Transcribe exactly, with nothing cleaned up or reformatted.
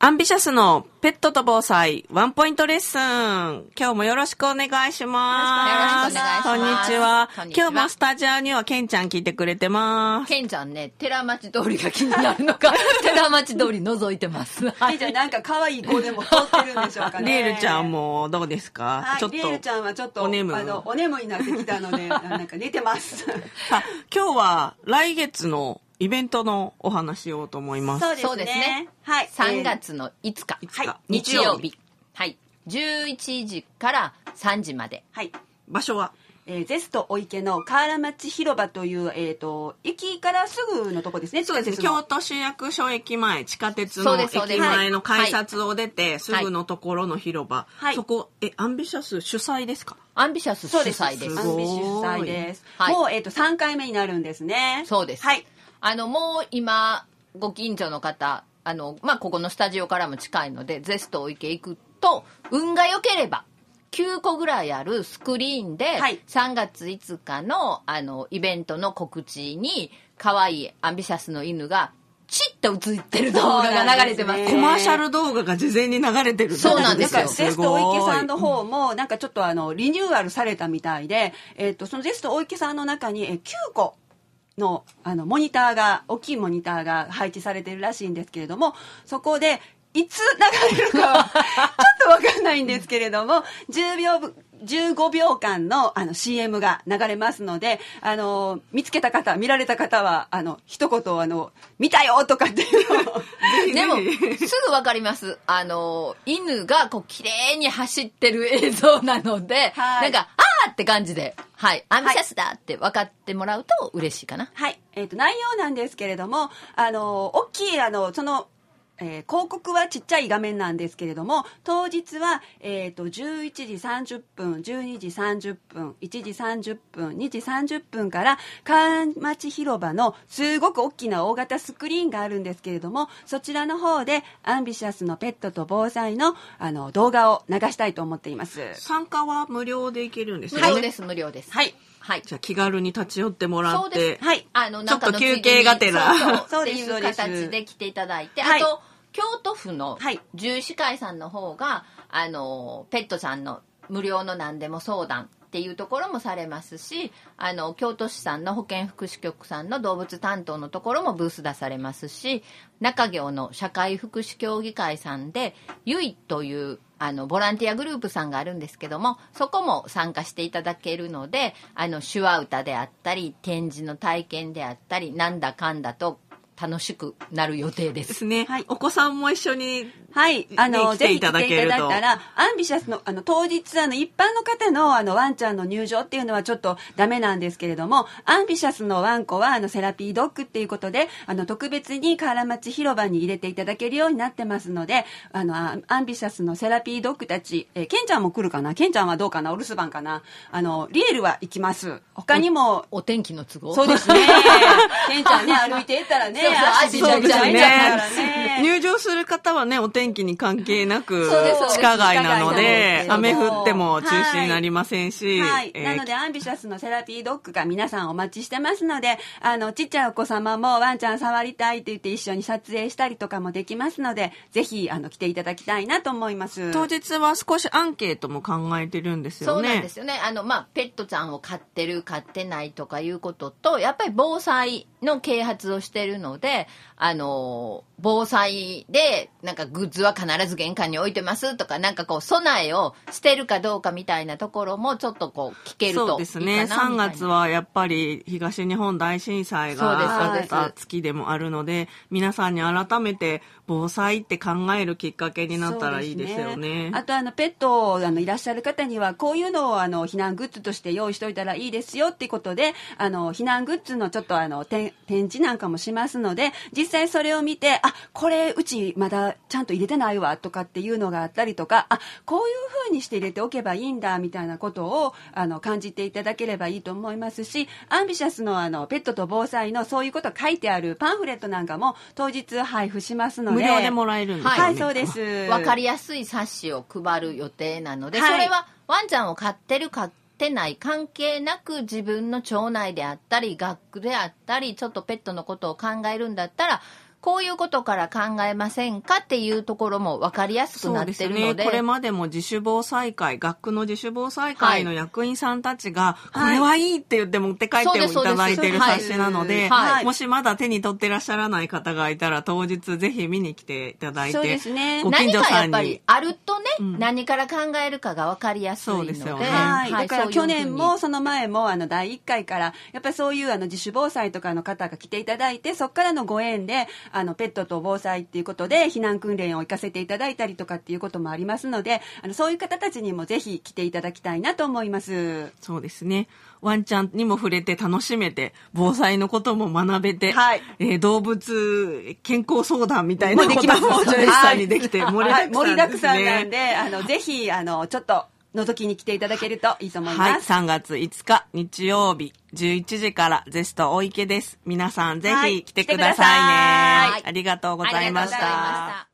アンビシャスのペットと防災ワンポイントレッスン。今日もよろしくお願いします。 よろしくお願いします。 こんにちは。今日もスタジオにはケンちゃん来てくれてます。 ケンちゃんね、寺町通りが気になるのか、寺町通り覗いてます。 ケンちゃんなんか可愛い子でも通ってるんでしょうかね。 リエルちゃんもどうですか？ はい、 ちょっとリエルちゃんはちょっとお眠あのお眠になってきたのでなんか寝てます。 あ、今日は来月のイベントのお話ししようと思います。 そうですね。 そうですね。 はい。 さんがつのいつか、 いつかはい、日曜日、はい、じゅういちじからさんじまで。 はい。 場所は、 えー、ゼストお池の河原町広場という、えー、と駅からすぐのとこですね。 そうですね。 地下鉄の京都市役所駅前、地下鉄のそうですそうです駅前の改札を出て、 はいすぐのところの広場。 はいそこ、え、アンビシャス主催ですか？ アンビシャス主そうです。 催です。 アンビシ主催です。 はいもう、えー、とさんかいめになるんですね。 そうです。 はい。 あのもう今ご近所の方、あのまあここのスタジオからも近いので、ゼストお池行くと運が良ければきゅうこぐらいあるスクリーンで、 はい、 さんがついつかのあのイベントの告知に可愛いアンビシャスの犬がチッと映ってる動画が流れてます。 コマーシャル動画が事前に流れてる。 そうなんですよ。 ゼストお池さんの方もなんかちょっとあのリニューアルされたみたいで、えっとそのゼストお池さんの中にえきゅうこのあのモニターが大きいモニターが配置されているらしいんですけれども、そこでいつ流れるかはちょっとわかんないんですけれども、じゅうびょうじゅうごびょうかんのあの シーエム が流れますので、あの見つけた方、見られた方はあの一言あの見たよとかっていうのをでもすぐわかります。あの犬がこう綺麗に走ってる映像なので、はい、なんかあーって感じで、はい、アンビシャスだって分かってもらうと嬉しいかな。 はい、えーと、内容なんですけれども、あの大きいあのそのえー、広告はちっちゃい画面なんですけれども、当日は、えー、とじゅういちじさんじゅっぷん、じゅうにじさんじゅっぷん、いちじさんじゅっぷん、にじさんじゅっぷんから河原町広場のすごく大きな大型スクリーンがあるんですけれども、そちらの方でアンビシャスのペットと防災 の, あの動画を流したいと思っています。 参加は無料で行けるんですね。 無料です、無料です。 はい。 はい、 じゃあ気軽に立ち寄ってもらって、 そうです、 はい、 あのちょっと休憩がてらそうそうっていう形で来ていただいて、はい、あと京都府の獣医師会さんの方があのペットさんの無料の何でも相談っていうところもされますし、あの京都市さんの保健福祉局さんの動物担当のところもブース出されますし、中京の社会福祉協議会さんでゆいというあのボランティアグループさんがあるんですけども、そこも参加していただけるので、あの手話歌であったり展示の体験であったりなんだかんだと楽しくなる予定です。 ですね。はい、お子さんも一緒に、 はい、あの、 ね、来ていただけると。 ぜひ来ていただいたら、アンビシャスの、あの、当日、あの、一般の方の、あの、ワンちゃんの入場っていうのはちょっとダメなんですけれども、アンビシャスのワンコは、あの、セラピードッグっていうことで、あの、特別に河原町広場に入れていただけるようになってますので、あの、アンビシャスのセラピードッグたち、えー、ケンちゃんも来るかな？ケンちゃんはどうかな？お留守番かな？あの、リエルは行きます。他にも、 お, お天気の都合。 そうですね。ケンちゃんね、歩いていったらね、足びちゃびちゃになったからね。 入場する方はね、お天気に関係なく地下街なので、雨降っても中止になりませんし、 はいはい、 えー、 なのでアンビシャスのセラピードッグが皆さんお待ちしてますので、あのちっちゃいお子様もワンちゃん触りたいって言って一緒に撮影したりとかもできますので、ぜひあの来ていただきたいなと思います。 当日は少しアンケートも考えてるんですよね。 そうなんですよね。あの、まあ、ペットちゃんを飼ってる飼ってないとかいうことと、やっぱり防災の啓発をしてるので、あの防災でなんかグッズは必ず玄関に置いてますとか、なんかこう備えをしてるかどうかみたいなところもちょっとこう聞けるといいかな。 そうですね。さんがつはやっぱり東日本大震災があった月でもあるので、皆さんに改めて防災って考えるきっかけになったらいいですよね。 ね、あとあのペットあのいらっしゃる方にはこういうのをあの避難グッズとして用意しておいたらいいですよっていうことで、あの避難グッズのちょっとあの展示なんかもしますので、実際それを見て、あ、これうちまだちゃんと入れてないわとかっていうのがあったりとか、あ、こういう風にして入れておけばいいんだみたいなことをあの感じていただければいいと思いますし、アンビシャスのあのペットと防災のそういうこと書いてあるパンフレットなんかも当日配布しますので、 無料でもらえるんですよね。 はい、そうです。 わかりやすい冊子を配る予定なので、 はい、 それはワンちゃんを飼ってる飼ってない関係なく、自分の町内であったり学区であったりちょっとペットのことを考えるんだったらこういうことから考えませんかっていうところも分かりやすくなってるので、 そうですね、これまでも自主防災会、学区の自主防災会の役員さんたちが、はい、これはいいって言って持って帰ってもいただいている冊子なので、はい、もしまだ手に取ってらっしゃらない方がいたら当日ぜひ見に来ていただいて、そうですね、ご近所さんに何かやっぱりあるとね、うん、何から考えるかが分かりやすいので、そうですよね、 はい、だから去年もその前もあのだいいっかいからやっぱりそういうあの自主防災とかの方が来ていただいて、そこからのご縁であのペットと防災っていうことで避難訓練を行かせていただいたりとかっていうこともありますので、あのそういう方たちにもぜひ来ていただきたいなと思います。 そうですね、ワンちゃんにも触れて楽しめて防災のことも学べて、はい、えー、動物健康相談みたいなことも女優さんにできて盛りだくさんですね。 盛りだくさんなんで、あのぜひあのちょっと覗きに来ていただけるといいと思います。はい、 さんがついつか日曜日じゅういちじからゼスト大池です。皆さんぜひ来てくださいね。はい、ありがとうございました。